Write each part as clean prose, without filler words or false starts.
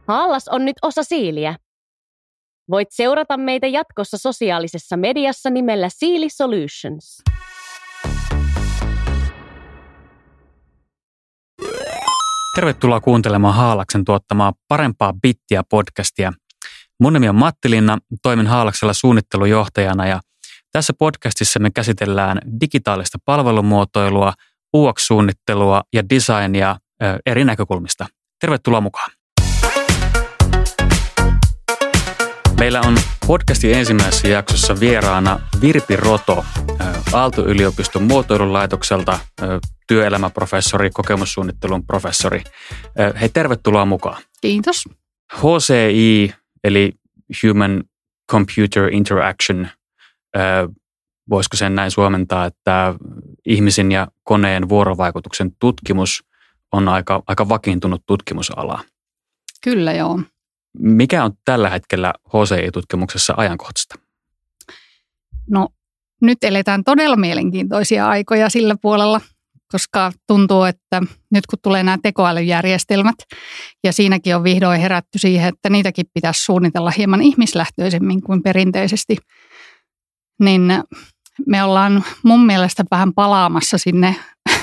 Haallas on nyt osa Siiliä. Voit seurata meitä jatkossa sosiaalisessa mediassa nimellä Siili Solutions. Tervetuloa kuuntelemaan Haalaksen tuottamaa Parempaa bittiä podcastia. Mun nimi on Matti Linna, toimin Haalaksella suunnittelujohtajana ja tässä podcastissa me käsitellään digitaalista palvelumuotoilua, UX-suunnittelua ja designia eri näkökulmista. Tervetuloa mukaan. Meillä on podcastin ensimmäisessä jaksossa vieraana Virpi Roto, Aalto-yliopiston muotoilulaitokselta, työelämäprofessori, kokemussuunnittelun professori. Hei, tervetuloa mukaan. Kiitos. HCI, eli Human Computer Interaction, voisiko sen näin suomentaa, että ihmisen ja koneen vuorovaikutuksen tutkimus on aika vakiintunut tutkimusala. Kyllä joo. Mikä on tällä hetkellä HCI-tutkimuksessa ajankohtaista? No nyt eletään todella mielenkiintoisia aikoja sillä puolella, koska tuntuu, että nyt kun tulee nämä tekoälyjärjestelmät ja siinäkin on vihdoin herätty siihen, että niitäkin pitäisi suunnitella hieman ihmislähtöisemmin kuin perinteisesti, niin me ollaan mun mielestä vähän palaamassa sinne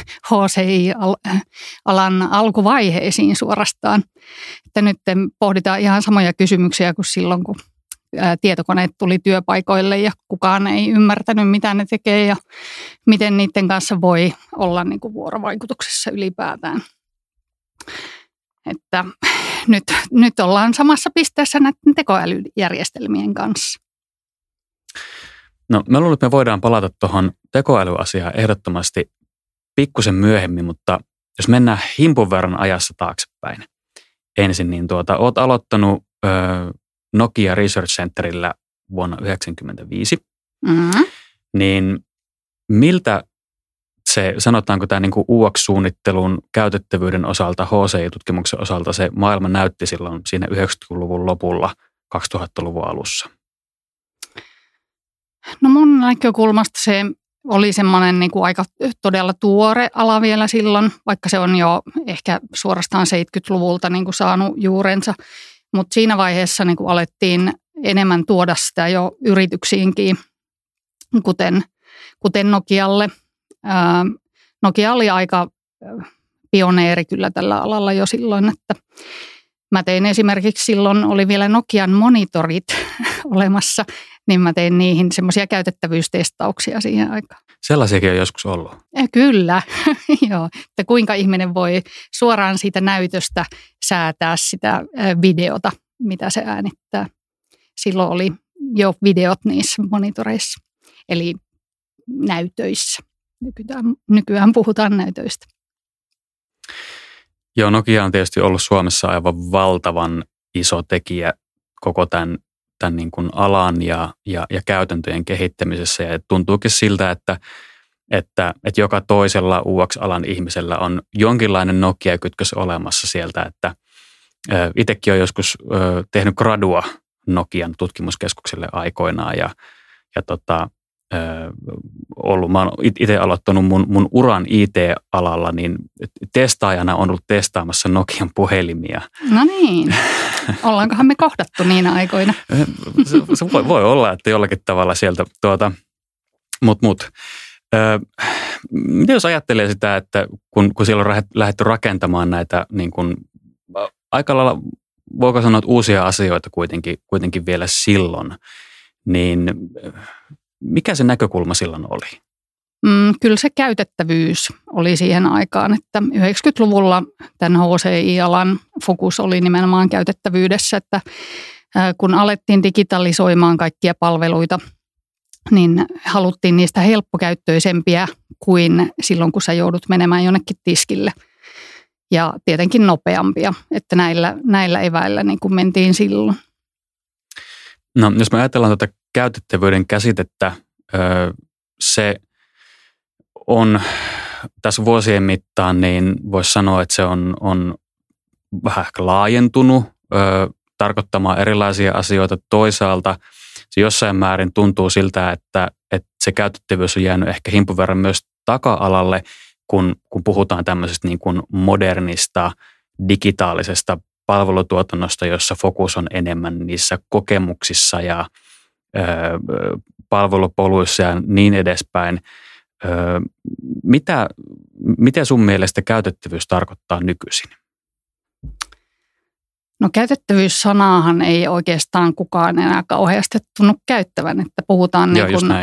HCI-alan alkuvaiheisiin suorastaan. Että nyt pohditaan ihan samoja kysymyksiä kuin silloin, kun tietokoneet tuli työpaikoille ja kukaan ei ymmärtänyt, mitä ne tekee ja miten niiden kanssa voi olla niin kuin vuorovaikutuksessa ylipäätään. Että nyt ollaan samassa pisteessä näiden tekoälyjärjestelmien kanssa. No mä luulen, että me voidaan palata tuohon tekoälyasiaan ehdottomasti pikkusen myöhemmin, mutta jos mennään himpun verran ajassa taaksepäin ensin, niin oot aloittanut Nokia Research Centerillä vuonna 1995, niin miltä se, sanotaanko tämä niin kuin UX-suunnittelun käytettävyyden osalta, HCI-tutkimuksen osalta se maailma näytti silloin siinä 90-luvun lopulla, 2000-luvun alussa? No mun näkökulmasta se oli semmoinen niin kuin aika todella tuore ala vielä silloin, vaikka se on jo ehkä suorastaan 70-luvulta niin kuin saanut juurensa. Mutta siinä vaiheessa niin kuin alettiin enemmän tuoda sitä jo yrityksiinkin, kuten Nokialle. Nokia oli aika pioneeri kyllä tällä alalla jo silloin, että mä tein esimerkiksi silloin, oli vielä Nokian monitorit olemassa, niin mä tein niihin semmoisia käytettävyystestauksia siihen aikaan. Sellaisiakin on joskus ollut. Kyllä, joo. Että kuinka ihminen voi suoraan siitä näytöstä säätää sitä videota, mitä se äänittää. Silloin oli jo videot niissä monitoreissa, eli näytöissä. Nykyään puhutaan näytöistä. Joo, Nokia on tietysti ollut Suomessa aivan valtavan iso tekijä koko tämän niin kuin alan ja käytäntöjen kehittämisessä. Ja tuntuukin siltä, että joka toisella UX-alan ihmisellä on jonkinlainen Nokia-kytkös olemassa sieltä, että itsekin olen joskus tehnyt gradua Nokian tutkimuskeskukselle aikoinaan ja mä oon itse aloittanut mun uran IT-alalla, niin testaajana on ollut testaamassa Nokian puhelimia. No niin, ollaankohan me kohdattu niinä aikoina? Se voi olla, että jollakin tavalla sieltä miten jos ajattelee sitä, että kun siellä on lähdetty rakentamaan näitä niin kuin, aika lailla, voiko sanoa, että uusia asioita kuitenkin vielä silloin, niin mikä se näkökulma silloin oli? Kyllä se käytettävyys oli siihen aikaan, että 90-luvulla tämän HCI-alan fokus oli nimenomaan käytettävyydessä, että kun alettiin digitalisoimaan kaikkia palveluita, niin haluttiin niistä helppokäyttöisempiä kuin silloin, kun sä joudut menemään jonnekin tiskille. Ja tietenkin nopeampia, että näillä eväillä niin kuin mentiin silloin. No, jos me ajatellaan tätä käytettävyyden käsitettä, se on tässä vuosien mittaan, niin voisi sanoa, että se on vähän laajentunut tarkoittamaan erilaisia asioita. Toisaalta se jossain määrin tuntuu siltä, että se käytettävyys on jäänyt ehkä himpun verran myös taka-alalle, kun puhutaan tämmöisestä niin kuin modernista digitaalisesta palvelutuotannosta, jossa fokus on enemmän niissä kokemuksissa ja palvelupoluissa ja niin edespäin. Mitä sun mielestä käytettävyys tarkoittaa nykyisin? No käytettävyyssanaahan ei oikeastaan kukaan enää kauheasti tunnu käyttävän, että puhutaan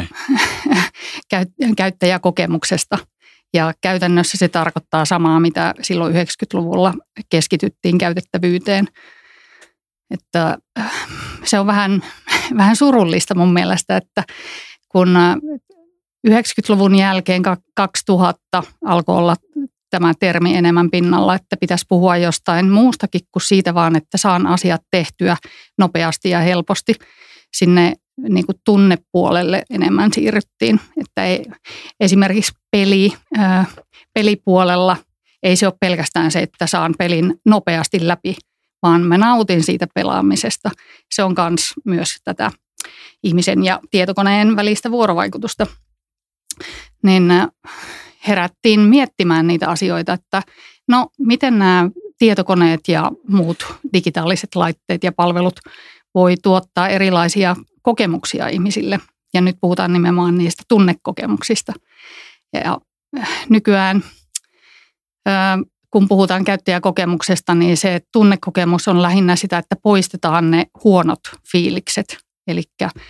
käyttäjäkokemuksesta. Ja käytännössä se tarkoittaa samaa, mitä silloin 90-luvulla keskityttiin käytettävyyteen. Että se on vähän surullista mun mielestä, että kun 90-luvun jälkeen 2000 alkoi olla tämä termi enemmän pinnalla, että pitäisi puhua jostain muustakin kuin siitä vaan, että saan asiat tehtyä nopeasti ja helposti. Sinne niin kuin tunnepuolelle enemmän siirryttiin. Että esimerkiksi pelipuolella ei se ole pelkästään se, että saan pelin nopeasti läpi, vaan mä nautin siitä pelaamisesta. Se on myös tätä ihmisen ja tietokoneen välistä vuorovaikutusta. Niin herättiin miettimään niitä asioita, että no miten nämä tietokoneet ja muut digitaaliset laitteet ja palvelut voi tuottaa erilaisia kokemuksia ihmisille. Ja nyt puhutaan nimenomaan niistä tunnekokemuksista. Ja nykyään, kun puhutaan käyttäjäkokemuksesta, niin se tunnekokemus on lähinnä sitä, että poistetaan ne huonot fiilikset. Eli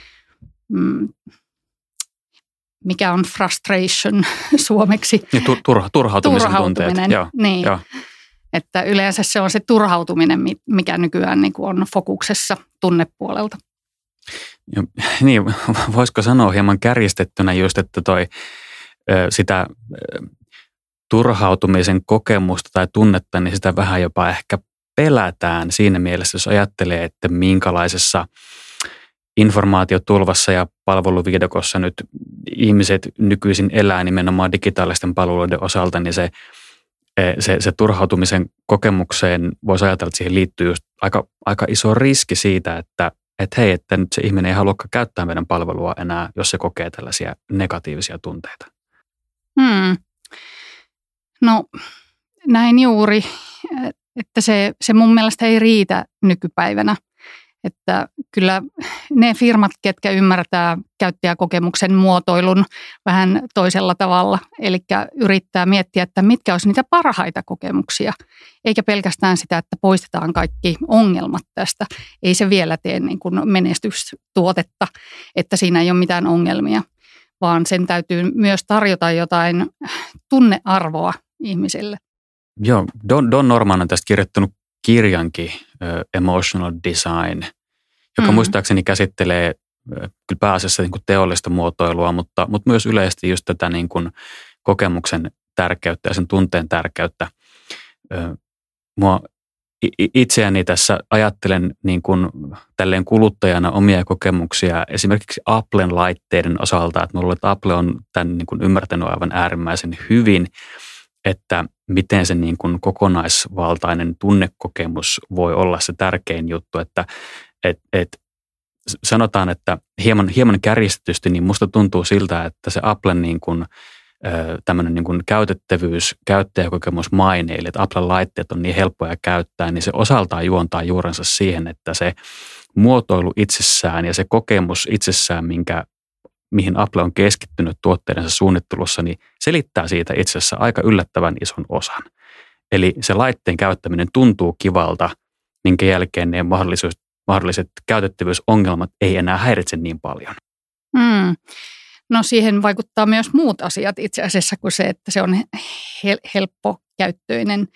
mikä on frustration suomeksi? Turhautumisen tunteet. Niin. Joo. Että yleensä se on se turhautuminen, mikä nykyään niin kuin on fokuksessa tunnepuolelta. Niin, voisiko sanoa hieman kärjistettynä just, että sitä turhautumisen kokemusta tai tunnetta, niin sitä vähän jopa ehkä pelätään siinä mielessä, jos ajattelee, että minkälaisessa informaatiotulvassa ja palveluviidakossa nyt ihmiset nykyisin elää nimenomaan digitaalisten palveluiden osalta, niin se turhautumisen kokemukseen voisi ajatella, että siihen liittyy just aika iso riski siitä, että hei, että nyt se ihminen ei haluakaan käyttää meidän palvelua enää, jos se kokee tällaisia negatiivisia tunteita. No näin juuri, että se mun mielestä ei riitä nykypäivänä. Että kyllä ne firmat, ketkä ymmärtää käyttäjäkokemuksen muotoilun vähän toisella tavalla, eli yrittää miettiä, että mitkä olisi niitä parhaita kokemuksia, eikä pelkästään sitä, että poistetaan kaikki ongelmat tästä. Ei se vielä tee niin kuin menestystuotetta, että siinä ei ole mitään ongelmia, vaan sen täytyy myös tarjota jotain tunnearvoa ihmisille. Joo, Don Norman on tästä kirjoittanut kirjankin, Emotional Design, joka muistaakseni käsittelee kyllä pääasiassa niin kuin teollista muotoilua, mutta myös yleisesti just tätä niin kuin kokemuksen tärkeyttä ja sen tunteen tärkeyttä. Mua itseäni tässä ajattelen niin kuin tälleen kuluttajana omia kokemuksia esimerkiksi Applen laitteiden osalta, että minulla että Apple on tämän niin kuin ymmärtänyt aivan äärimmäisen hyvin, että miten se niin kuin kokonaisvaltainen tunnekokemus voi olla se tärkein juttu, että sanotaan, että hieman kärjistetysti, niin musta tuntuu siltä, että se Applen niin kuin tämmöinen niin kuin käytettävyys, käyttäjäkokemus maineille, että Applen laitteet on niin helppoja käyttää, niin se osaltaan juontaa juurensa siihen, että se muotoilu itsessään ja se kokemus itsessään, mihin Apple on keskittynyt tuotteidensa suunnittelussa, niin selittää siitä itse asiassa aika yllättävän ison osan. Eli se laitteen käyttäminen tuntuu kivalta, minkä jälkeen ne mahdolliset käytettävyysongelmat ei enää häiritse niin paljon. No siihen vaikuttaa myös muut asiat itse asiassa kuin se, että se on helppokäyttöinen.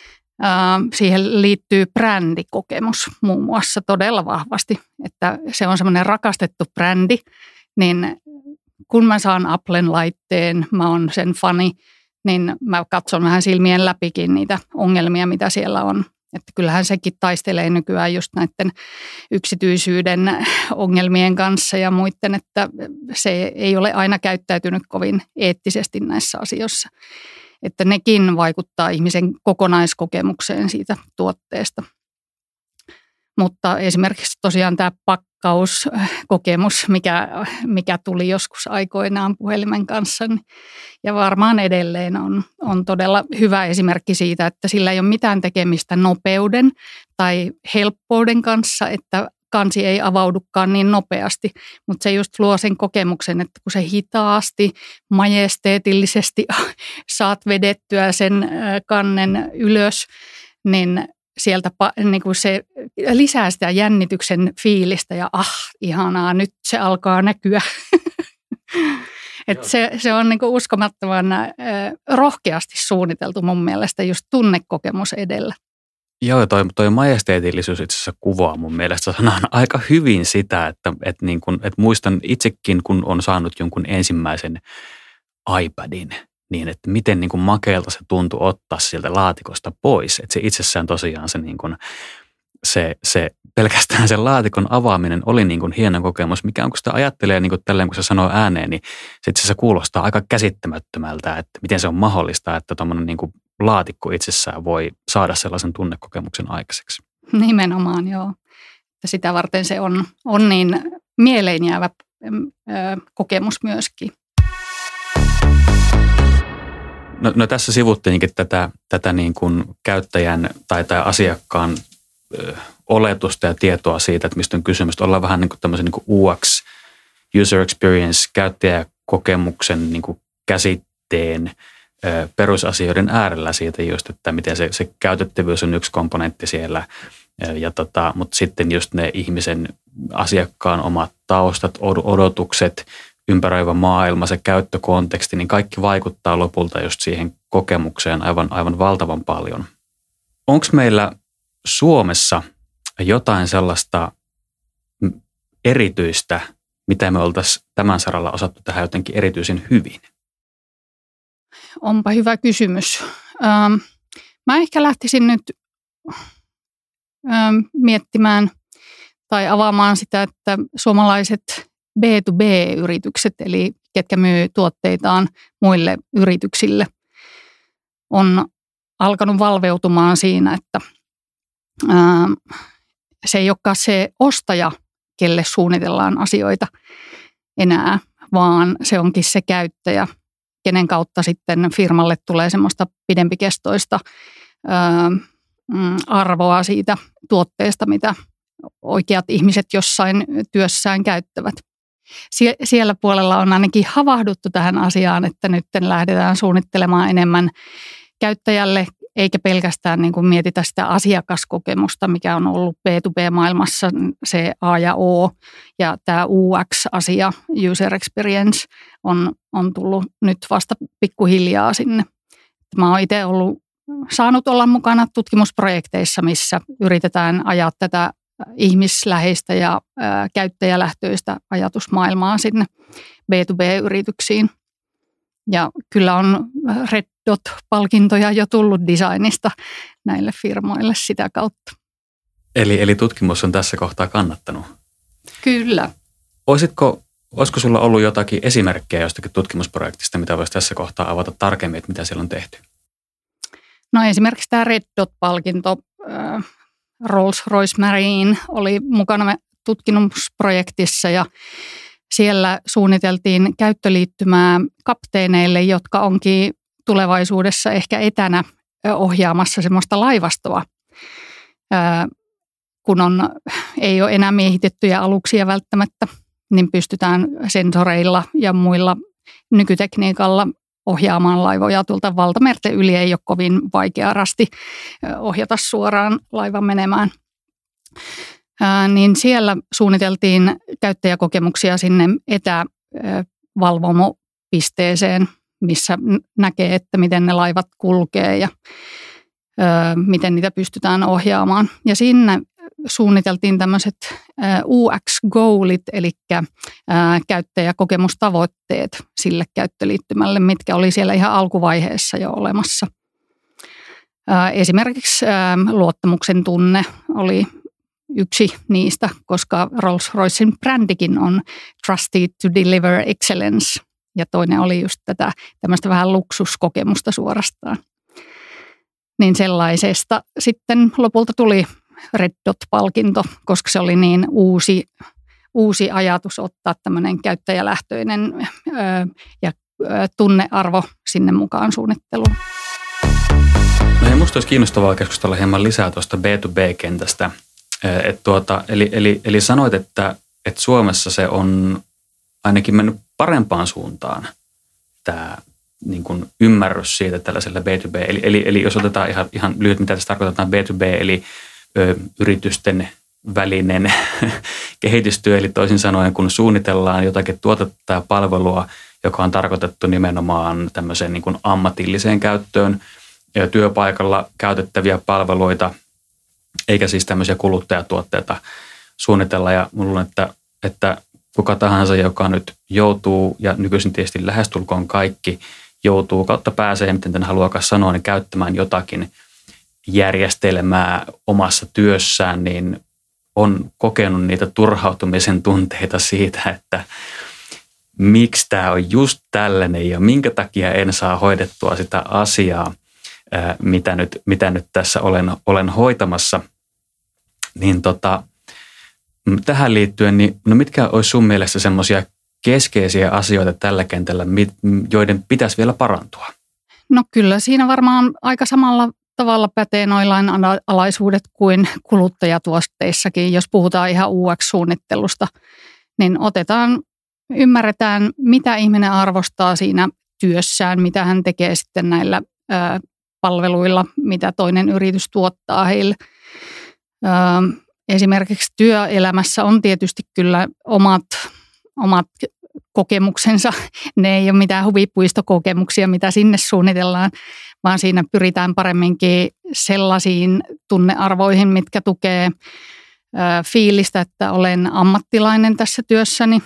Siihen liittyy brändikokemus muun muassa todella vahvasti, että se on semmoinen rakastettu brändi, niin kun mä saan Applen laitteen, mä oon sen fani, niin mä katson vähän silmien läpikin niitä ongelmia, mitä siellä on. Että kyllähän sekin taistelee nykyään just näiden yksityisyyden ongelmien kanssa ja muiden, että se ei ole aina käyttäytynyt kovin eettisesti näissä asioissa. Että nekin vaikuttaa ihmisen kokonaiskokemukseen siitä tuotteesta. Mutta esimerkiksi tosiaan tämä rakkauskokemus, mikä tuli joskus aikoinaan puhelimen kanssa. Ja varmaan edelleen on todella hyvä esimerkki siitä, että sillä ei ole mitään tekemistä nopeuden tai helppouden kanssa, että kansi ei avaudukaan niin nopeasti, mutta se just luo sen kokemuksen, että kun se hitaasti, majesteetillisesti saat vedettyä sen kannen ylös, niin sieltä niin kuin se lisää sitä jännityksen fiilistä ja ihanaa, nyt se alkaa näkyä. Että se on niin kuin uskomattoman rohkeasti suunniteltu mun mielestä just tunnekokemus edellä. Joo, toi majesteetillisuus itse asiassa kuvaa mun mielestä sanan aika hyvin sitä, että muistan itsekin, kun on saanut jonkun ensimmäisen iPadin, niin että miten niin kuin makealta se tuntui ottaa sieltä laatikosta pois. Että se itsessään tosiaan se, niin kuin, se pelkästään sen laatikon avaaminen oli niin kuin hieno kokemus, mikä on, kun sitä ajattelee niin kuin tälleen, kun se sanoo ääneen, niin se itse asiassa kuulostaa aika käsittämättömältä, että miten se on mahdollista, että tuommoinen niin kuin laatikko itsessään voi saada sellaisen tunnekokemuksen aikaiseksi. Nimenomaan, joo. Sitä varten se on niin mieleenjäävä kokemus myöskin. No tässä sivuttiinkin tätä niin kuin käyttäjän tai asiakkaan oletusta ja tietoa siitä, että mistä on kysymys. Ollaan vähän niin kuin tämmöisen niin kuin UX, user experience, käyttäjäkokemuksen niin kuin käsitteen perusasioiden äärellä siitä just, että miten se käytettävyys on yksi komponentti siellä, mutta sitten just ne ihmisen asiakkaan omat taustat, odotukset, ympäröivä maailma, se käyttökonteksti, niin kaikki vaikuttaa lopulta just siihen kokemukseen aivan valtavan paljon. Onko meillä Suomessa jotain sellaista erityistä, mitä me oltaisiin tämän saralla osattu tehdä jotenkin erityisen hyvin? Onpa hyvä kysymys. Mä ehkä lähtisin nyt miettimään tai avaamaan sitä, että suomalaiset B2B-yritykset, eli ketkä myy tuotteitaan muille yrityksille, on alkanut valveutumaan siinä, että se ei olekaan se ostaja, kelle suunnitellaan asioita enää, vaan se onkin se käyttäjä, kenen kautta sitten firmalle tulee semmoista pidempikestoista arvoa siitä tuotteesta, mitä oikeat ihmiset jossain työssään käyttävät. Siellä puolella on ainakin havahduttu tähän asiaan, että nyt lähdetään suunnittelemaan enemmän käyttäjälle, eikä pelkästään niin kuin mietitä sitä asiakaskokemusta, mikä on ollut B2B-maailmassa se A ja O, ja tämä UX-asia, user experience, on tullut nyt vasta pikkuhiljaa sinne. Mä oon itse saanut olla mukana tutkimusprojekteissa, missä yritetään ajaa tätä ihmisläheistä ja käyttäjälähtöistä ajatusmaailmaa sinne B2B-yrityksiin. Ja kyllä on Red Dot-palkintoja jo tullut designista näille firmoille sitä kautta. Eli tutkimus on tässä kohtaa kannattanut? Kyllä. Olisiko sulla ollut jotakin esimerkkejä jostakin tutkimusprojektista, mitä voisi tässä kohtaa avata tarkemmin, että mitä siellä on tehty? No esimerkiksi tämä Red Dot-palkinto, Rolls-Royce Marine oli mukana tutkimusprojektissa ja siellä suunniteltiin käyttöliittymää kapteeneille, jotka onkin tulevaisuudessa ehkä etänä ohjaamassa semmoista laivastoa, kun ei ole enää miehitettyjä aluksia välttämättä, niin pystytään sensoreilla ja muilla nykytekniikalla ohjaamaan laivoja tuolta valtamerten yli. Ei ole kovin vaikea rasti ohjata suoraan laivan menemään. Niin siellä suunniteltiin käyttäjäkokemuksia sinne etävalvomopisteeseen, missä näkee, että miten ne laivat kulkee ja miten niitä pystytään ohjaamaan. Ja sinne suunniteltiin tämmöiset UX-goalit, eli käyttäjäkokemustavoitteet sille käyttöliittymälle, mitkä oli siellä ihan alkuvaiheessa jo olemassa. Esimerkiksi luottamuksen tunne oli yksi niistä, koska Rolls-Roycen brändikin on Trusted to Deliver Excellence, ja toinen oli just tätä tämmöistä vähän luksuskokemusta suorastaan. Niin sellaisesta sitten lopulta tuli Red Dot-palkinto, koska se oli niin uusi uusi ajatus ottaa tämmöinen käyttäjälähtöinen ja tunnearvo sinne mukaan suunnitteluun. No ja musta olisi kiinnostavaa keskustella hieman lisää tuosta B2B-kentästä. Eli sanoit, että Suomessa se on ainakin mennyt parempaan suuntaan tämä niin kuin ymmärrys siitä tällaisella B2B. Eli jos otetaan ihan lyhyt, mitä tässä tarkoitetaan B2B, eli yritysten välinen kehitystyö, eli toisin sanoen, kun suunnitellaan jotakin tuotetta tai palvelua, joka on tarkoitettu nimenomaan tämmöiseen niin kuin ammatilliseen käyttöön, työpaikalla käytettäviä palveluita, eikä siis tämmöisiä kuluttajatuotteita suunnitella. Ja luulen, että kuka tahansa, joka nyt joutuu, ja nykyisin tietysti lähestulkoon kaikki, joutuu kautta pääsee, miten tämän haluakaan sanoa, niin käyttämään jotakin järjestelmää omassa työssään, niin on kokenut niitä turhautumisen tunteita siitä, että miksi tämä on just tällainen ja minkä takia en saa hoidettua sitä asiaa, mitä nyt tässä olen hoitamassa. Niin tähän liittyen, niin no mitkä olisi sun mielestä semmoisia keskeisiä asioita tällä kentällä, joiden pitäisi vielä parantua? No kyllä siinä varmaan aika samalla tavalla pätee noin lainalaisuudet kuin kuluttajatuotteissakin. Jos puhutaan ihan UX-suunnittelusta, niin ymmärretään, mitä ihminen arvostaa siinä työssään, mitä hän tekee sitten näillä palveluilla, mitä toinen yritys tuottaa heille. Esimerkiksi työelämässä on tietysti kyllä omat kokemuksensa. Ne ei ole mitään huvipuistokokemuksia, mitä sinne suunnitellaan, vaan siinä pyritään paremminkin sellaisiin tunnearvoihin, mitkä tukee fiilistä, että olen ammattilainen tässä työssäni.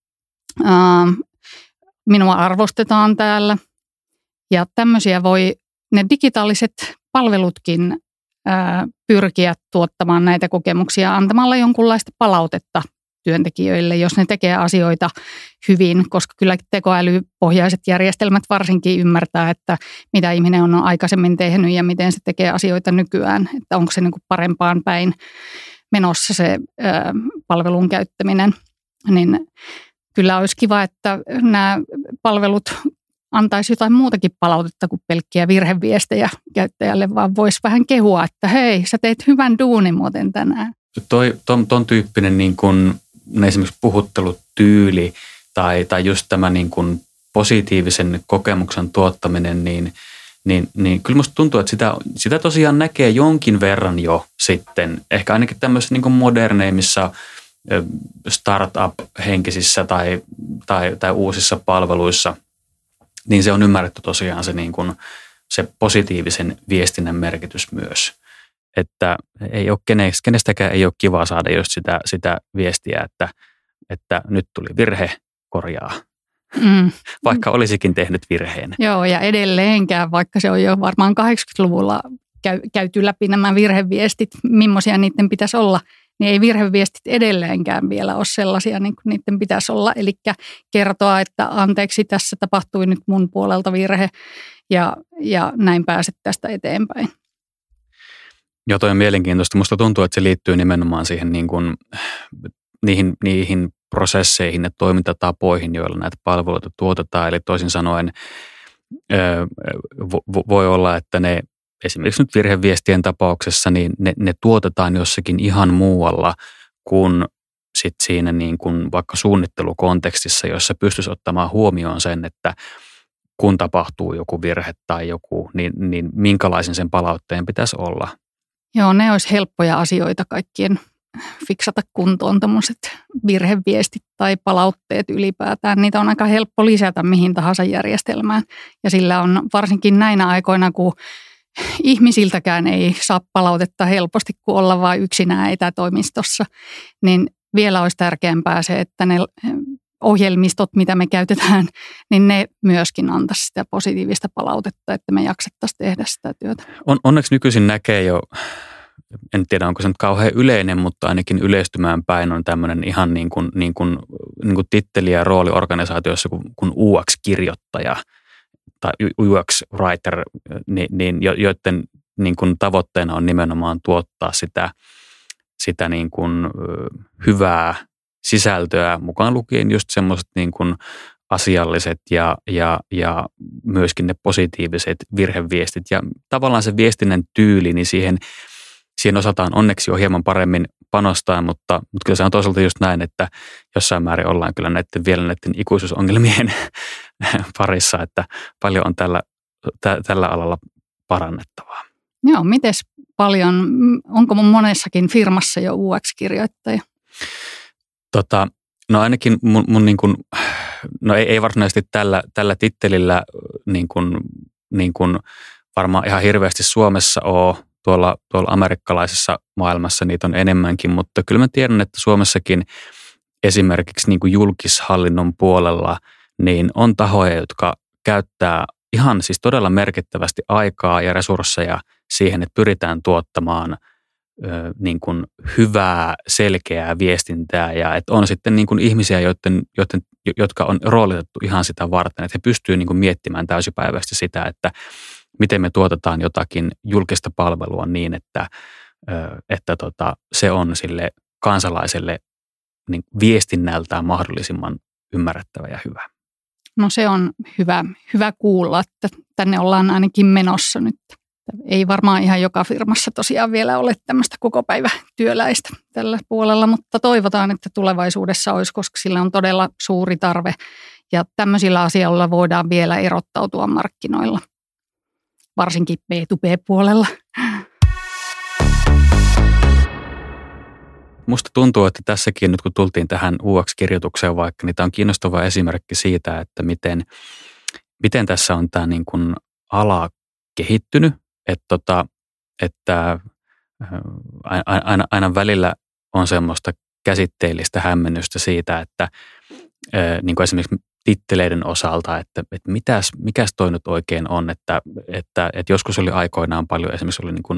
Minua arvostetaan täällä. Ja tämmöisiä ne digitaaliset palvelutkin pyrkiä tuottamaan näitä kokemuksia antamalla jonkunlaista palautetta työntekijöille, jos ne tekee asioita hyvin, koska kyllä tekoälypohjaiset järjestelmät varsinkin ymmärtää, että mitä ihminen on aikaisemmin tehnyt ja miten se tekee asioita nykyään, että onko se niin kuin parempaan päin menossa se palvelun käyttäminen, niin kyllä olisi kiva, että nämä palvelut antaisi jotain muutakin palautetta kuin pelkkiä virheviestejä käyttäjälle, vaan voisi vähän kehua, että hei, sä teit hyvän duunin muuten tänään. Ton tyyppinen niin kuin, esimerkiksi puhuttelutyyli tai just tämä niin kuin positiivisen kokemuksen tuottaminen, niin kyllä musta tuntuu, että sitä tosiaan näkee jonkin verran jo sitten, ehkä ainakin tämmöisissä niin kuin moderneimmissa startup-henkisissä tai uusissa palveluissa, niin se on ymmärretty tosiaan se, niin kuin, se positiivisen viestinnän merkitys myös. Että ei ole kenestäkään ei ole kiva saada just sitä viestiä, että nyt tuli virhe, korjaa. Vaikka olisikin tehnyt virheen. Joo, ja edelleenkään, vaikka se on jo varmaan 80-luvulla käyty läpi nämä virheviestit, millaisia niiden pitäisi olla, niin ei virheviestit edelleenkään vielä ole sellaisia, niin kuin niiden pitäisi olla. Eli kertoa, että anteeksi, tässä tapahtui nyt mun puolelta virhe ja näin pääset tästä eteenpäin. Joo, toi on mielenkiintoista. Musta tuntuu, että se liittyy nimenomaan siihen niin kuin, niihin prosesseihin ja toimintatapoihin, joilla näitä palveluita tuotetaan. Eli toisin sanoen voi olla, että ne esimerkiksi nyt virheviestien tapauksessa, niin ne tuotetaan jossakin ihan muualla kuin sit siinä niin kuin vaikka suunnittelukontekstissa, jossa pystyisi ottamaan huomioon sen, että kun tapahtuu joku virhe tai joku, niin minkälaisen sen palautteen pitäisi olla. Joo, ne olisi helppoja asioita kaikkien fiksata kuntoon, tämmöiset virheviestit tai palautteet ylipäätään. Niitä on aika helppo lisätä mihin tahansa järjestelmään. Ja sillä on varsinkin näinä aikoina, kun ihmisiltäkään ei saa palautetta helposti, kun olla vain yksinään etätoimistossa, niin vielä olisi tärkeämpää se, että ne ohjelmistot, mitä me käytetään, niin ne myöskin antaisi sitä positiivista palautetta, että me jaksettaisiin tehdä sitä työtä. Onneksi nykyisin näkee jo, en tiedä onko se nyt kauhean yleinen, mutta ainakin yleistymään päin on tämmöinen ihan niin kuin titteli ja rooli organisaatiossa kuin UX-kirjoittaja tai UX-writer, joiden niin kuin tavoitteena on nimenomaan tuottaa sitä niin kuin hyvää sisältöä, mukaan lukien just semmoiset niin kuin asialliset ja myöskin ne positiiviset virheviestit. Ja tavallaan se viestinnän tyyli, niin siihen osataan onneksi jo hieman paremmin panostaa, mutta kyllä se on toisaalta just näin, että jossain määrin ollaan kyllä vielä näiden ikuisuusongelmien parissa, että paljon on tällä alalla parannettavaa. Joo, mites paljon, onko monessakin firmassa jo UX-kirjoittaja? No ainakin mun niin kuin, no ei varsinaisesti tällä tittelillä niin kuin varmaan ihan hirveästi Suomessa ole, tuolla amerikkalaisessa maailmassa niitä on enemmänkin, mutta kyllä mä tiedän, että Suomessakin esimerkiksi niin kuin julkishallinnon puolella niin on tahoja, jotka käyttää ihan siis todella merkittävästi aikaa ja resursseja siihen, että pyritään tuottamaan niin kuin hyvää, selkeää viestintää ja että on sitten niin kuin ihmisiä, jotka on roolitettu ihan sitä varten, että he pystyvät niin kuin miettimään täysipäiväisesti sitä, että miten me tuotetaan jotakin julkista palvelua niin, että se on sille kansalaiselle niin viestinnältään mahdollisimman ymmärrettävä ja hyvä. No se on hyvä kuulla, että tänne ollaan ainakin menossa nyt. Ei varmaan ihan joka firmassa tosiaan vielä ole tämmöistä kokopäivätyöläistä tällä puolella, mutta toivotaan, että tulevaisuudessa olisi, koska sillä on todella suuri tarve ja tämmöisillä asioilla voidaan vielä erottautua markkinoilla, varsinkin B2B-puolella. Musta tuntuu, että tässäkin nyt kun tultiin tähän UX-kirjoitukseen vaikka, niin tämä on kiinnostava esimerkki siitä, että miten tässä on tämä niin kuin ala kehittynyt, että aina välillä on semmoista käsitteellistä hämmennystä siitä, että niin kuin esimerkiksi titteleiden osalta, että mikäs toi nyt oikein on, että joskus oli aikoinaan paljon, esimerkiksi oli niin kuin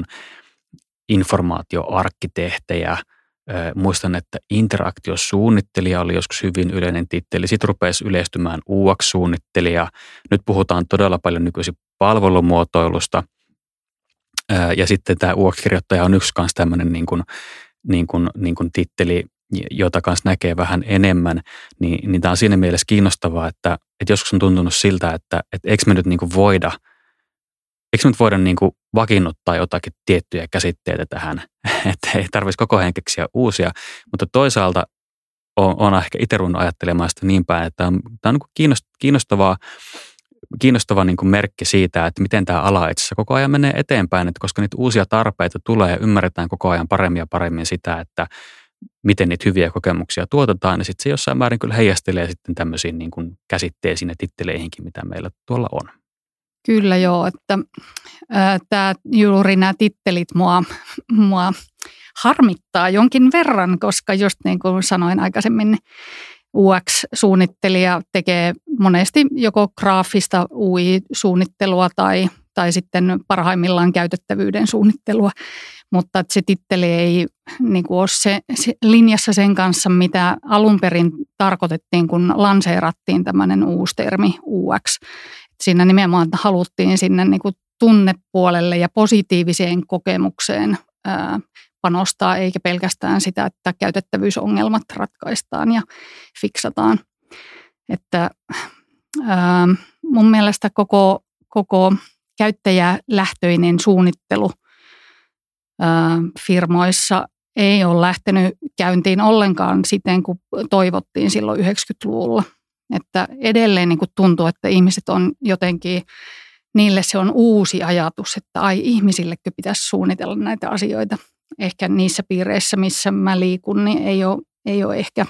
informaatioarkkitehtejä. Muistan, että interaktiosuunnittelija oli joskus hyvin yleinen titteli. Sitten rupesi yleistymään UX-suunnittelija. Nyt puhutaan todella paljon nykyisin palvelumuotoilusta. Ja sitten tämä UX-kirjoittaja on yksi kanssa tämmöinen niin kuin titteli, jota kanssa näkee vähän enemmän. Niin tämä on siinä mielessä kiinnostavaa, että joskus on tuntunut siltä, että eikö me nyt niin kuin voida niin kuin vakiinnuttaa jotakin tiettyjä käsitteitä tähän, että ei tarvitsisi koko ajan keksiä uusia, mutta toisaalta on ehkä itse ruvennut ajattelemaan sitä niin päin, että tämä on niin kuin kiinnostava niin kuin merkki siitä, että miten tämä ala itse asiassa koko ajan menee eteenpäin, että koska niitä uusia tarpeita tulee ja ymmärretään koko ajan paremmin ja paremmin sitä, että miten niitä hyviä kokemuksia tuotetaan, ja sitten se jossain määrin kyllä heijastelee sitten tämmöisiin niin kuin käsitteisiin ja titteleihinkin, mitä meillä tuolla on. Kyllä joo, että juuri nämä tittelit mua harmittaa jonkin verran, koska just niin kuin sanoin aikaisemmin, UX-suunnittelija tekee monesti joko graafista UI-suunnittelua tai sitten parhaimmillaan käytettävyyden suunnittelua, mutta se titteli ei niin kuin ole se linjassa sen kanssa, mitä alun perin tarkoitettiin, kun lanseerattiin tämmöinen uusi termi UX. Siinä nimenomaan haluttiin sinne niin kuin tunnepuolelle ja positiiviseen kokemukseen panostaa, eikä pelkästään sitä, että käytettävyysongelmat ratkaistaan ja fiksataan. Että mun mielestä koko käyttäjälähtöinen suunnittelu firmoissa ei ole lähtenyt käyntiin ollenkaan siten, kun toivottiin silloin 90-luvulla. Että edelleen niin kuin tuntuu, että ihmiset on jotenkin, niille se on uusi ajatus, että ihmisillekö pitäisi suunnitella näitä asioita. Ehkä niissä piireissä, missä mä liikun, niin ei ole ehkä,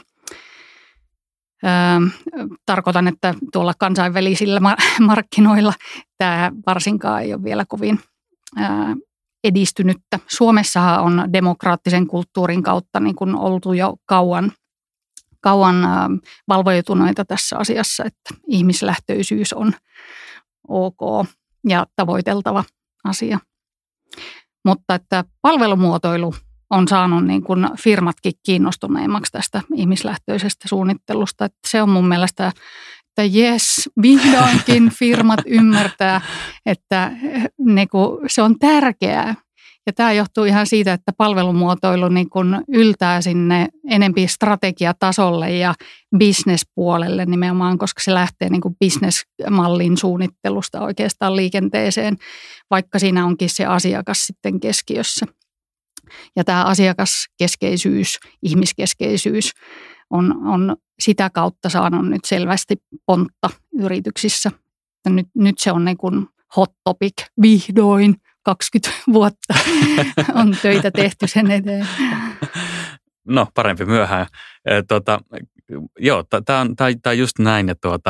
tarkoitan, että tuolla kansainvälisillä markkinoilla tämä varsinkaan ei ole vielä kovin edistynyttä. Suomessahan on demokraattisen kulttuurin kautta niin kuin oltu jo kauan valvoituneita tässä asiassa, että ihmislähtöisyys on ok ja tavoiteltava asia. Mutta että palvelumuotoilu on saanut niin kuin firmatkin kiinnostuneemmaksi tästä ihmislähtöisestä suunnittelusta. Että se on mun mielestä, että jes, vihdoinkin firmat ymmärtää, että se on tärkeää. Ja tämä johtuu ihan siitä, että palvelumuotoilu niin kun yltää sinne enempi strategiatasolle ja bisnespuolelle nimenomaan, koska se lähtee niin kuin bisnesmallin suunnittelusta oikeastaan liikenteeseen, vaikka siinä onkin se asiakas sitten keskiössä. Ja tämä asiakaskeskeisyys, ihmiskeskeisyys on sitä kautta saanut nyt selvästi pontta yrityksissä. Nyt se on niin kuin hot topic vihdoin. 20 vuotta on töitä tehty sen eteen. No, parempi myöhään. Joo, tämä on just näin.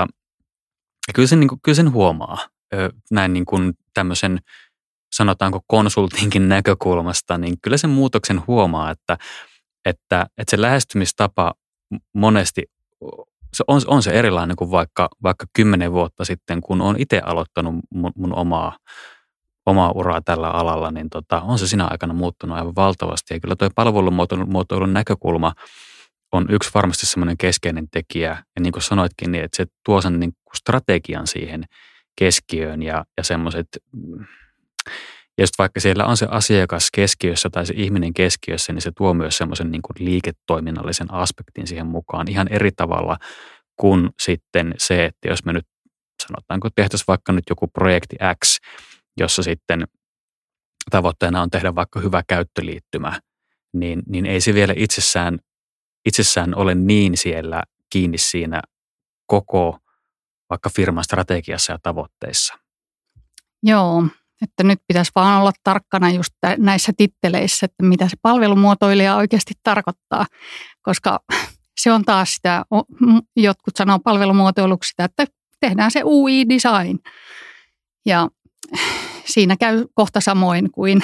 Kyllä sen huomaa näin niin kuin tämmöisen, sanotaanko konsultinkin näkökulmasta, niin kyllä sen muutoksen huomaa, että se lähestymistapa monesti on se erilainen kuin vaikka 10 vuotta sitten, kun olen itse aloittanut mun omaa uraa tällä alalla, niin on se siinä aikana muuttunut aivan valtavasti. Ja kyllä tuo palvelumuotoilun näkökulma on yksi varmasti semmoinen keskeinen tekijä. Ja niin kuin sanoitkin, niin että se tuo sen niin kuin strategian siihen keskiöön ja semmoiset, ja just vaikka siellä on se asiakas keskiössä tai se ihminen keskiössä, niin se tuo myös semmoisen niin kuin liiketoiminnallisen aspektin siihen mukaan ihan eri tavalla kuin sitten se, että jos me nyt sanotaanko tehtäisiin vaikka nyt joku projekti X, jossa sitten tavoitteena on tehdä vaikka hyvä käyttöliittymä, niin ei se vielä itsessään ole niin siellä kiinni siinä koko vaikka firman strategiassa ja tavoitteissa. Joo, että nyt pitäisi vaan olla tarkkana just näissä titteleissä, että mitä se palvelumuotoilija oikeasti tarkoittaa, koska se on taas sitä, jotkut sanoo palvelumuotoiluksi sitä, että tehdään se UI-design ja siinä käy kohta samoin kuin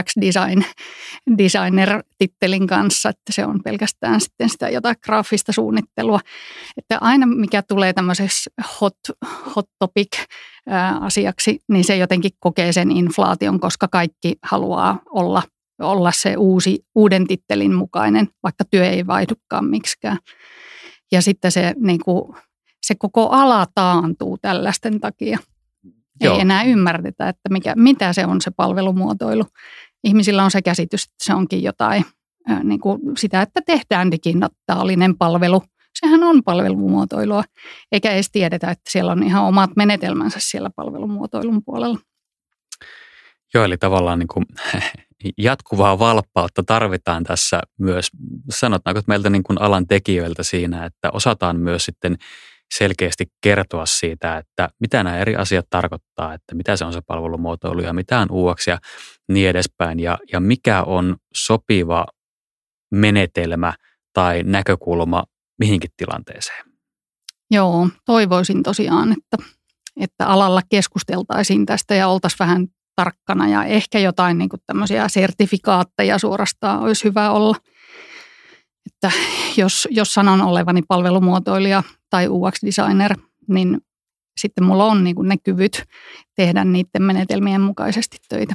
UX-designer-tittelin kanssa, että se on pelkästään sitten sitä jotain graafista suunnittelua. Että aina mikä tulee tämmöiseksi hot topic-asiaksi, niin se jotenkin kokee sen inflaation, koska kaikki haluaa olla se uuden tittelin mukainen, vaikka työ ei vaihdukaan miksikään. Ja sitten se, niin kuin, se koko ala taantuu tällaisten takia. Joo. Ei enää ymmärretä, että mitä se on se palvelumuotoilu. Ihmisillä on se käsitys, että se onkin jotain niin kuin sitä, että tehdään digitaalinen palvelu. Sehän on palvelumuotoilua, eikä edes tiedetä, että siellä on ihan omat menetelmänsä siellä palvelumuotoilun puolella. Joo, eli tavallaan niin kuin jatkuvaa valppautta tarvitaan tässä myös, sanotaanko että meiltä niin kuin alan tekijöiltä siinä, että osataan myös sitten selkeästi kertoa siitä, että mitä nämä eri asiat tarkoittaa, että mitä se on se palvelumuotoilu ja mitä on UX ja niin edespäin ja mikä on sopiva menetelmä tai näkökulma mihinkin tilanteeseen. Joo, toivoisin tosiaan, että alalla keskusteltaisiin tästä ja oltaisiin vähän tarkkana ja ehkä jotain niin kuin tämmöisiä sertifikaatteja suorastaan olisi hyvä olla. Että jos sanon olevani palvelumuotoilija tai UX-designer, niin sitten mulla on niin kuin ne kyvyt tehdä niiden menetelmien mukaisesti töitä.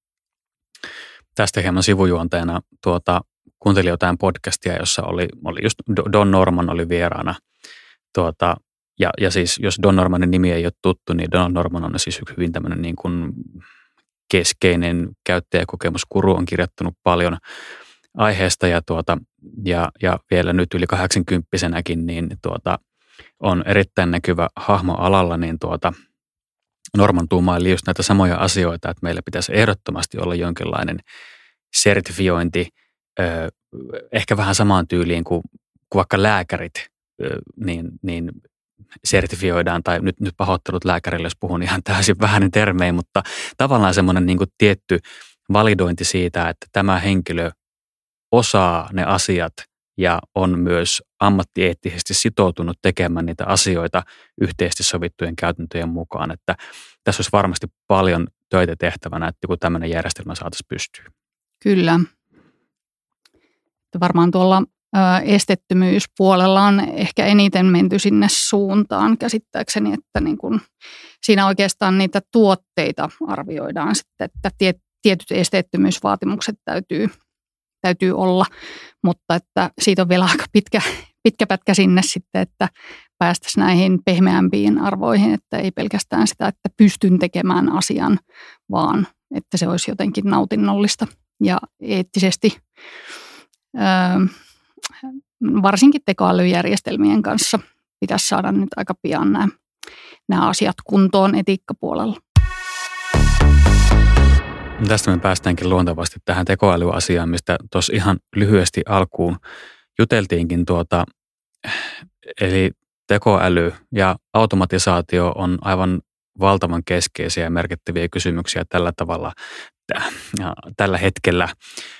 Tästä hieman sivujuonteena kuuntelin jotain podcastia, jossa oli just Don Norman oli vieraana. Ja siis jos Don Normanin nimi ei ole tuttu, niin Don Norman on siis hyvin tämmöinen niin kuin keskeinen käyttäjäkokemuskuru, on kirjoittanut paljon aiheesta ja vielä nyt yli 80-vuotiaanakin niin on erittäin näkyvä hahmo alalla, niin Norman tuumaili just näitä samoja asioita, että meillä pitäisi ehdottomasti olla jonkinlainen sertifiointi, ehkä vähän samaan tyyliin kuin vaikka lääkärit, niin sertifioidaan, tai nyt pahoittelut lääkärille, jos puhun ihan täysin vähäinen termein, mutta tavallaan semmoinen niin kuin tietty validointi siitä, että tämä henkilö osaa ne asiat ja on myös ammattieettisesti sitoutunut tekemään niitä asioita yhteisesti sovittujen käytäntöjen mukaan. Että tässä olisi varmasti paljon töitä tehtävänä, että kun tämmöinen järjestelmä saataisiin pystyyn. Kyllä. Varmaan tuolla esteettömyyspuolella on ehkä eniten menty sinne suuntaan käsittääkseni, että niin kun siinä oikeastaan niitä tuotteita arvioidaan sitten, että tietyt esteettömyysvaatimukset täytyy olla, mutta että siitä on vielä aika pitkä pätkä sinne sitten, että päästäisiin näihin pehmeämpiin arvoihin, että ei pelkästään sitä, että pystyn tekemään asian, vaan että se olisi jotenkin nautinnollista ja eettisesti, varsinkin tekoälyjärjestelmien kanssa pitäisi saada nyt aika pian nämä asiat kuntoon etiikkapuolella. Tästä me päästäänkin luontevasti tähän tekoälyasiaan, mistä tuossa ihan lyhyesti alkuun juteltiinkin. Eli tekoäly ja automatisaatio on aivan valtavan keskeisiä ja merkittäviä kysymyksiä tällä tavalla tällä hetkellä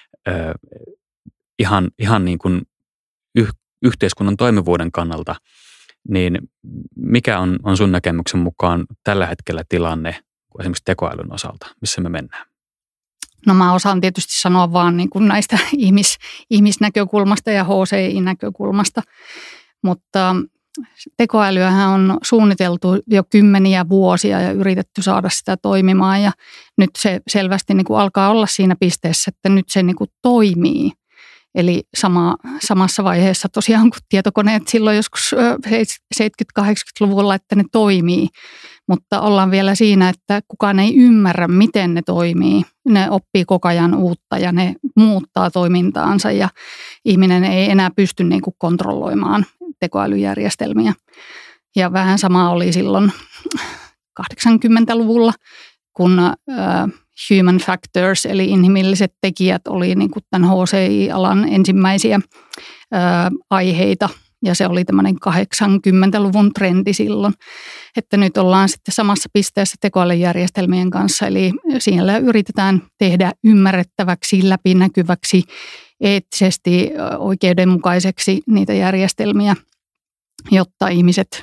ihan niin kuin yhteiskunnan toimivuuden kannalta. Niin mikä on sun näkemyksen mukaan tällä hetkellä tilanne esimerkiksi tekoälyn osalta, missä me mennään? No mä osaan tietysti sanoa vaan niin kuin näistä ihmisnäkökulmasta ja HCI-näkökulmasta, mutta tekoälyähän on suunniteltu jo kymmeniä vuosia ja yritetty saada sitä toimimaan ja nyt se selvästi niin kuin alkaa olla siinä pisteessä, että nyt se niin kuin toimii. Eli samassa vaiheessa tosiaan kuin tietokoneet silloin joskus 70-80-luvulla, että ne toimii, mutta ollaan vielä siinä, että kukaan ei ymmärrä, miten ne toimii. Ne oppii koko ajan uutta ja ne muuttaa toimintaansa ja ihminen ei enää pysty niin kuin kontrolloimaan tekoälyjärjestelmiä. Ja vähän sama oli silloin 80-luvulla, kun human factors eli inhimilliset tekijät oli niin kuin tämän HCI-alan ensimmäisiä aiheita. Ja se oli tämmöinen 80-luvun trendi silloin, että nyt ollaan sitten samassa pisteessä tekoälyjärjestelmien kanssa. Eli siellä yritetään tehdä ymmärrettäväksi, läpinäkyväksi, eettisesti oikeudenmukaiseksi niitä järjestelmiä, jotta ihmiset,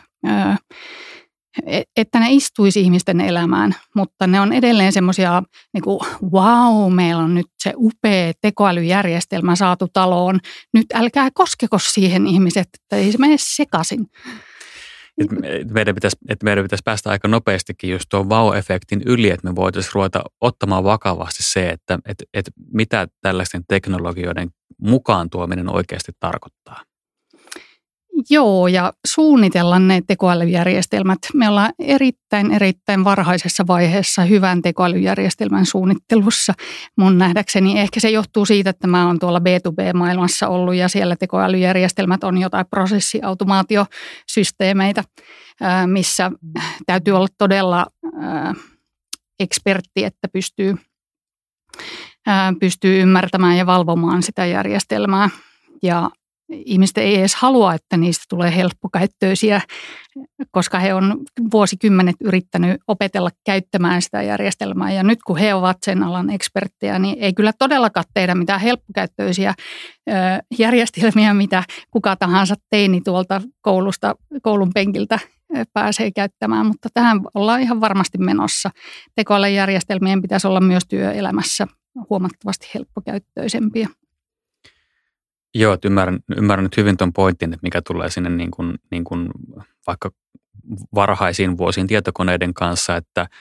että ne istuisi ihmisten elämään. Mutta ne on edelleen semmoisia, niin kuin, wow, meillä on nyt se upea tekoälyjärjestelmä saatu taloon. Nyt älkää koskeko siihen ihmiset, että ei se mene sekaisin. Meidän pitäisi päästä aika nopeastikin just tuon wow-efektin yli, että me voitaisiin ruveta ottamaan vakavasti se, että mitä tällaisten teknologioiden mukaan tuominen oikeasti tarkoittaa. Joo, ja suunnitella ne tekoälyjärjestelmät. Me ollaan erittäin varhaisessa vaiheessa hyvän tekoälyjärjestelmän suunnittelussa. Mun nähdäkseni ehkä se johtuu siitä, että mä oon tuolla B2B-maailmassa ollut ja siellä tekoälyjärjestelmät on jotain prosessiautomaatiosysteemeitä, missä täytyy olla todella ekspertti, että pystyy ymmärtämään ja valvomaan sitä järjestelmää. Ja ihmiset ei edes halua, että niistä tulee helppokäyttöisiä, koska he on vuosikymmenet yrittänyt opetella käyttämään sitä järjestelmää. Ja nyt kun he ovat sen alan eksperttejä, niin ei kyllä todellakaan tehdä mitään helppokäyttöisiä järjestelmiä, mitä kuka tahansa teini tuolta koulun penkiltä pääsee käyttämään. Mutta tähän ollaan ihan varmasti menossa. Tekoälyjärjestelmien pitäisi olla myös työelämässä huomattavasti helppokäyttöisempiä. Joo, ymmärrän nyt hyvin tuon pointin, että mikä tulee sinne niin kuin vaikka varhaisiin vuosiin tietokoneiden kanssa,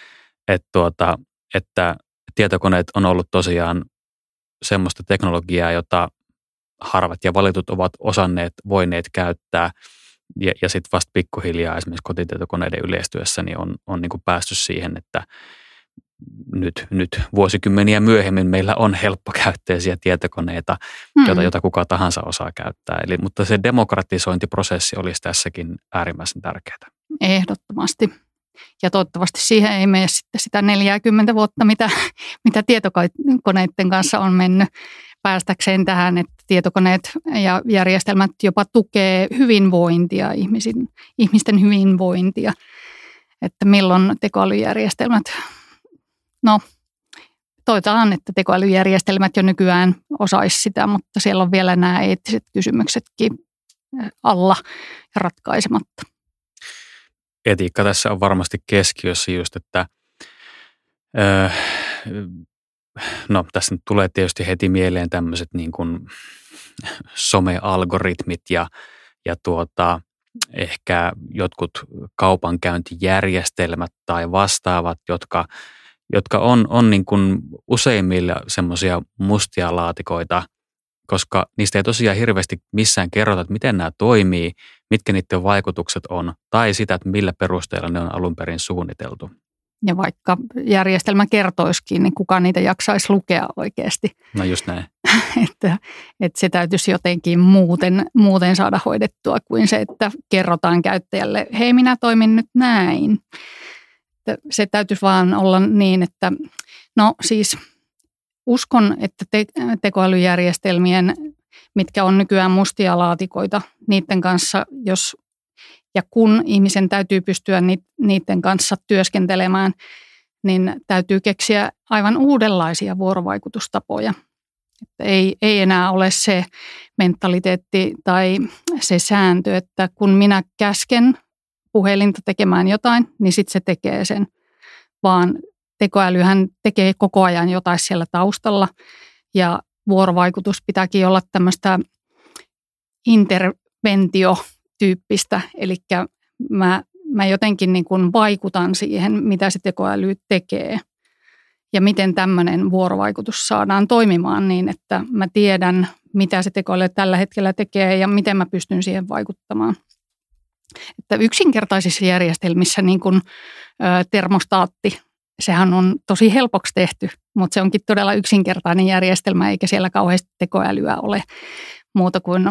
että tietokoneet on ollut tosiaan semmoista teknologiaa, jota harvat ja valitut ovat voineet käyttää ja sitten vasta pikkuhiljaa esimerkiksi kotitietokoneiden yleistyessä niin on niin kuin päästy siihen, että nyt vuosikymmeniä myöhemmin meillä on helppokäyttöisiä tietokoneita, jota kuka tahansa osaa käyttää. Mutta se demokratisointiprosessi olisi tässäkin äärimmäisen tärkeää. Ehdottomasti. Ja toivottavasti siihen ei mene sitten sitä 40 vuotta, mitä tietokoneiden kanssa on mennyt päästäkseen tähän, että tietokoneet ja järjestelmät jopa tukee hyvinvointia, ihmisten hyvinvointia. Että milloin tekoälyjärjestelmät. No, toivotaan, että tekoälyjärjestelmät jo nykyään osaisi sitä, mutta siellä on vielä nämä eettiset kysymyksetkin alla ja ratkaisematta. Etiikka tässä on varmasti keskiössä just, että tässä nyt tulee tietysti heti mieleen tämmöiset niin kuin some-algoritmit ja ehkä jotkut kaupankäyntijärjestelmät tai vastaavat, jotka on niin kuin useimmilla semmoisia mustia laatikoita, koska niistä ei tosiaan hirveästi missään kerrota, että miten nämä toimii, mitkä niiden vaikutukset on, tai sitä, että millä perusteella ne on alun perin suunniteltu. Ja vaikka järjestelmä kertoisikin, niin kukaan niitä jaksaisi lukea oikeasti. No just näin. että se täytyisi jotenkin muuten saada hoidettua kuin se, että kerrotaan käyttäjälle, hei minä toimin nyt näin. Että se täytyisi vaan olla niin, että no siis uskon, että tekoälyjärjestelmien, mitkä on nykyään mustia laatikoita, niiden kanssa, jos ja kun ihmisen täytyy pystyä niiden kanssa työskentelemään, niin täytyy keksiä aivan uudenlaisia vuorovaikutustapoja. Että ei enää ole se mentaliteetti tai se sääntö, että kun minä käsken puhelinta tekemään jotain, niin sitten se tekee sen. Vaan tekoälyhän tekee koko ajan jotain siellä taustalla ja vuorovaikutus pitääkin olla tämmöistä interventiotyyppistä, eli mä jotenkin niin kuin vaikutan siihen, mitä se tekoäly tekee ja miten tämmöinen vuorovaikutus saadaan toimimaan niin, että mä tiedän, mitä se tekoäly tällä hetkellä tekee ja miten mä pystyn siihen vaikuttamaan. Että yksinkertaisissa järjestelmissä niin kuin termostaatti, sehän on tosi helpoksi tehty, mutta se onkin todella yksinkertainen järjestelmä, eikä siellä kauheasti tekoälyä ole muuta kuin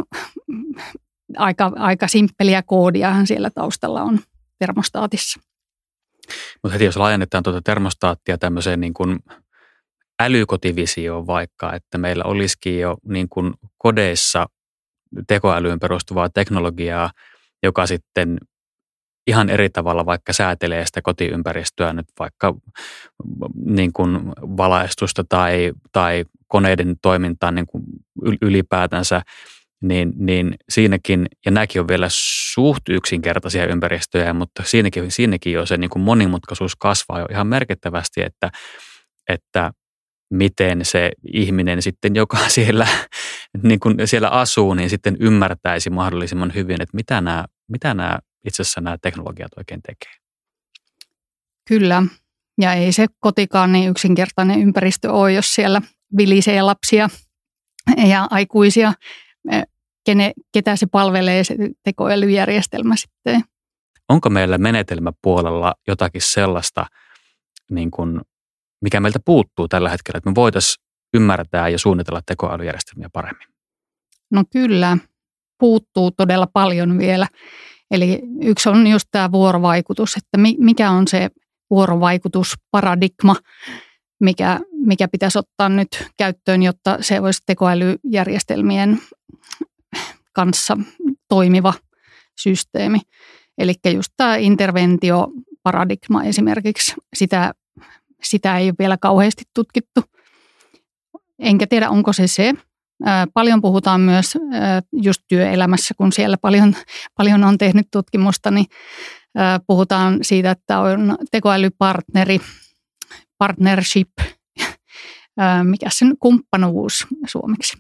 aika simppeliä koodiahan siellä taustalla on termostaatissa. Mutta heti jos laajennetaan tuota termostaattia tämmöiseen niin kuin älykotivisioon vaikka, että meillä olisikin jo niin kuin kodeissa tekoälyyn perustuvaa teknologiaa, joka sitten ihan eri tavalla vaikka säätelee sitä kotiympäristöä nyt vaikka niin kuin valaistusta tai koneiden toimintaa niin kuin ylipäätänsä, niin siinäkin, ja nämäkin on vielä suht yksinkertaisia ympäristöjä, mutta siinäkin jo se niin kuin monimutkaisuus kasvaa jo ihan merkittävästi, että miten se ihminen sitten, joka siellä, niin kuin siellä asuu, niin sitten ymmärtäisi mahdollisimman hyvin, että mitä nämä itse asiassa nämä teknologiat oikein tekee. Kyllä, ja ei se kotikaan niin yksinkertainen ympäristö ole, jos siellä vilisee lapsia ja aikuisia, ketä se palvelee se tekoälyjärjestelmä sitten. Onko meillä menetelmäpuolella jotakin sellaista, niin kuin, mikä meiltä puuttuu tällä hetkellä, että me voitaisiin ymmärtää ja suunnitella tekoälyjärjestelmiä paremmin? No kyllä, puuttuu todella paljon vielä. Eli yksi on just tämä vuorovaikutus, että mikä on se vuorovaikutusparadigma, mikä pitäisi ottaa nyt käyttöön, jotta se olisi tekoälyjärjestelmien kanssa toimiva systeemi. Eli just tämä interventioparadigma esimerkiksi, sitä ei ole vielä kauheasti tutkittu. Enkä tiedä, onko se. Paljon puhutaan myös just työelämässä, kun siellä paljon on tehnyt tutkimusta, niin puhutaan siitä, että on tekoälypartneri, partnership, mikä sen kumppanuus suomeksi.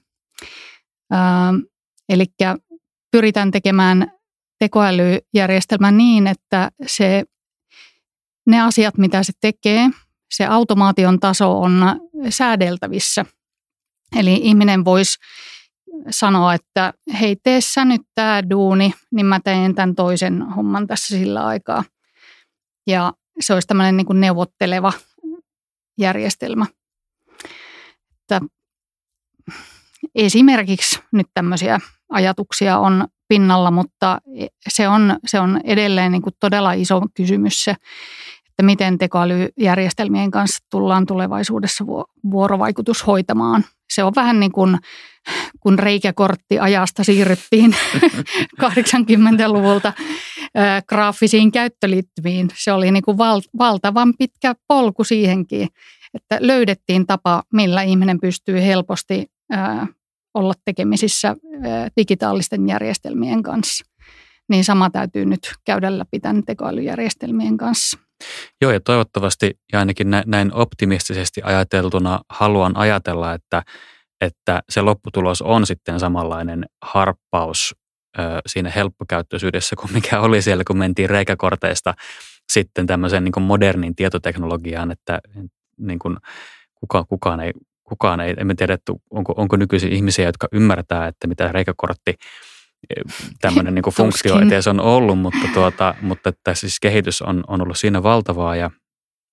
Eli pyritään tekemään tekoälyjärjestelmä niin, että ne asiat, mitä se tekee, se automaation taso on säädeltävissä. Eli ihminen voisi sanoa, että hei, tee sä nyt tämä duuni, niin mä teen tämän toisen homman tässä sillä aikaa. Ja se olisi tämmöinen niin kuin neuvotteleva järjestelmä. Että esimerkiksi nyt tämmöisiä ajatuksia on pinnalla, mutta se on edelleen niin kuin todella iso kysymys se, että miten tekoälyjärjestelmien kanssa tullaan tulevaisuudessa vuorovaikutus hoitamaan. Se on vähän niin kuin kun reikäkorttiajasta siirryttiin 80-luvulta graafisiin käyttöliittymiin. Se oli niin kuin valtavan pitkä polku siihenkin, että löydettiin tapa, millä ihminen pystyy helposti olla tekemisissä digitaalisten järjestelmien kanssa. Niin sama täytyy nyt käydä läpi tämän tekoälyjärjestelmien kanssa. Joo, ja toivottavasti ja ainakin näin optimistisesti ajateltuna haluan ajatella, että se lopputulos on sitten samanlainen harppaus siinä helppokäyttöisyydessä kuin mikä oli siellä, kun mentiin reikäkorteista sitten tämmöiseen niin kuin modernin tietoteknologiaan, että niin kuin kukaan ei, emme tiedä, että onko nykyisiä ihmisiä, jotka ymmärtää, että mitä reikäkortti tämmöinen niin kuin funktio edes on ollut, mutta että siis kehitys on ollut siinä valtavaa ja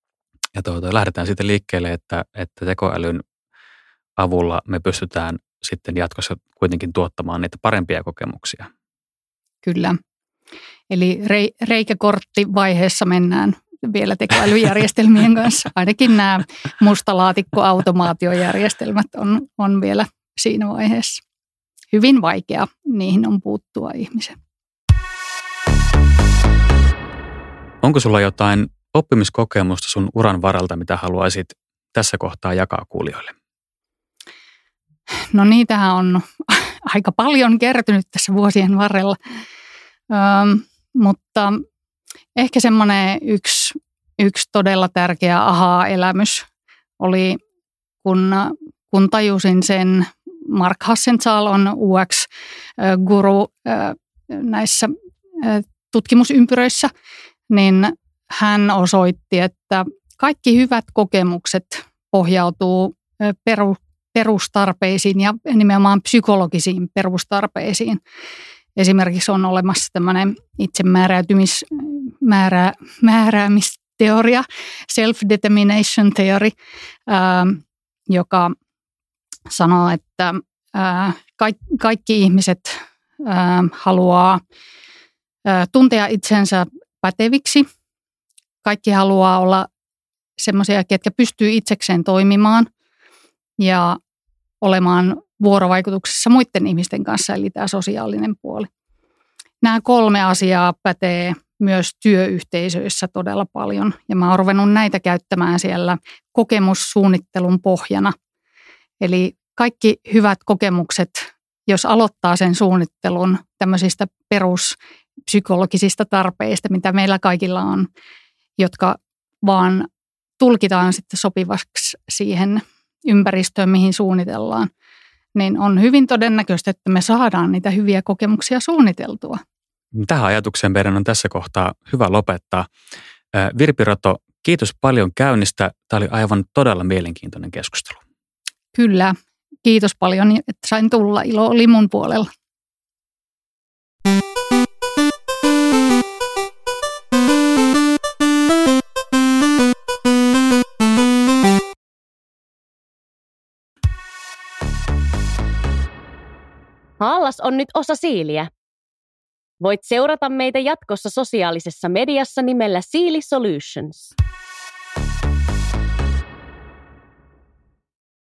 lähdetään siitä liikkeelle, että tekoälyn avulla me pystytään sitten jatkossa kuitenkin tuottamaan niitä parempia kokemuksia. Kyllä. Eli reikäkorttivaiheessa mennään vielä tekoälyjärjestelmien kanssa. Ainakin nämä mustalaatikko-automaatiojärjestelmät on vielä siinä vaiheessa. Hyvin vaikea niihin on puuttua ihmisen. Onko sulla jotain oppimiskokemusta sun uran varalta, mitä haluaisit tässä kohtaa jakaa kuulijoille? No niitähän on aika paljon kertynyt tässä vuosien varrella, mutta ehkä semmoinen yksi todella tärkeä aha-elämys oli, kun tajusin sen. Mark Hassenthal on UX-guru näissä tutkimusympyröissä, niin hän osoitti, että kaikki hyvät kokemukset pohjautuu perustarpeisiin ja nimenomaan psykologisiin perustarpeisiin. Esimerkiksi on olemassa tämmöinen itsemääräämisteoria, self-determination theory, joka sanoo, että kaikki ihmiset haluaa tuntea itsensä päteviksi. Kaikki haluaa olla semmoisia, ketkä pystyy itsekseen toimimaan ja olemaan vuorovaikutuksessa muiden ihmisten kanssa, eli tämä sosiaalinen puoli. Nämä 3 asiaa pätee myös työyhteisöissä todella paljon, ja mä oon ruvennut näitä käyttämään siellä kokemussuunnittelun pohjana. Eli kaikki hyvät kokemukset, jos aloittaa sen suunnittelun tämmöisistä peruspsykologisista tarpeista, mitä meillä kaikilla on, jotka vaan tulkitaan sitten sopivaksi siihen ympäristöön, mihin suunnitellaan, niin on hyvin todennäköistä, että me saadaan niitä hyviä kokemuksia suunniteltua. Tähän ajatukseen meidän on tässä kohtaa hyvä lopettaa. Virpi Roto, kiitos paljon käynnistä. Tämä oli aivan todella mielenkiintoinen keskustelu. Kyllä, kiitos paljon, että sain tulla. Ilo oli mun puolella. Hallas on nyt osa Siiliä. Voit seurata meitä jatkossa sosiaalisessa mediassa nimellä Siili Solutions.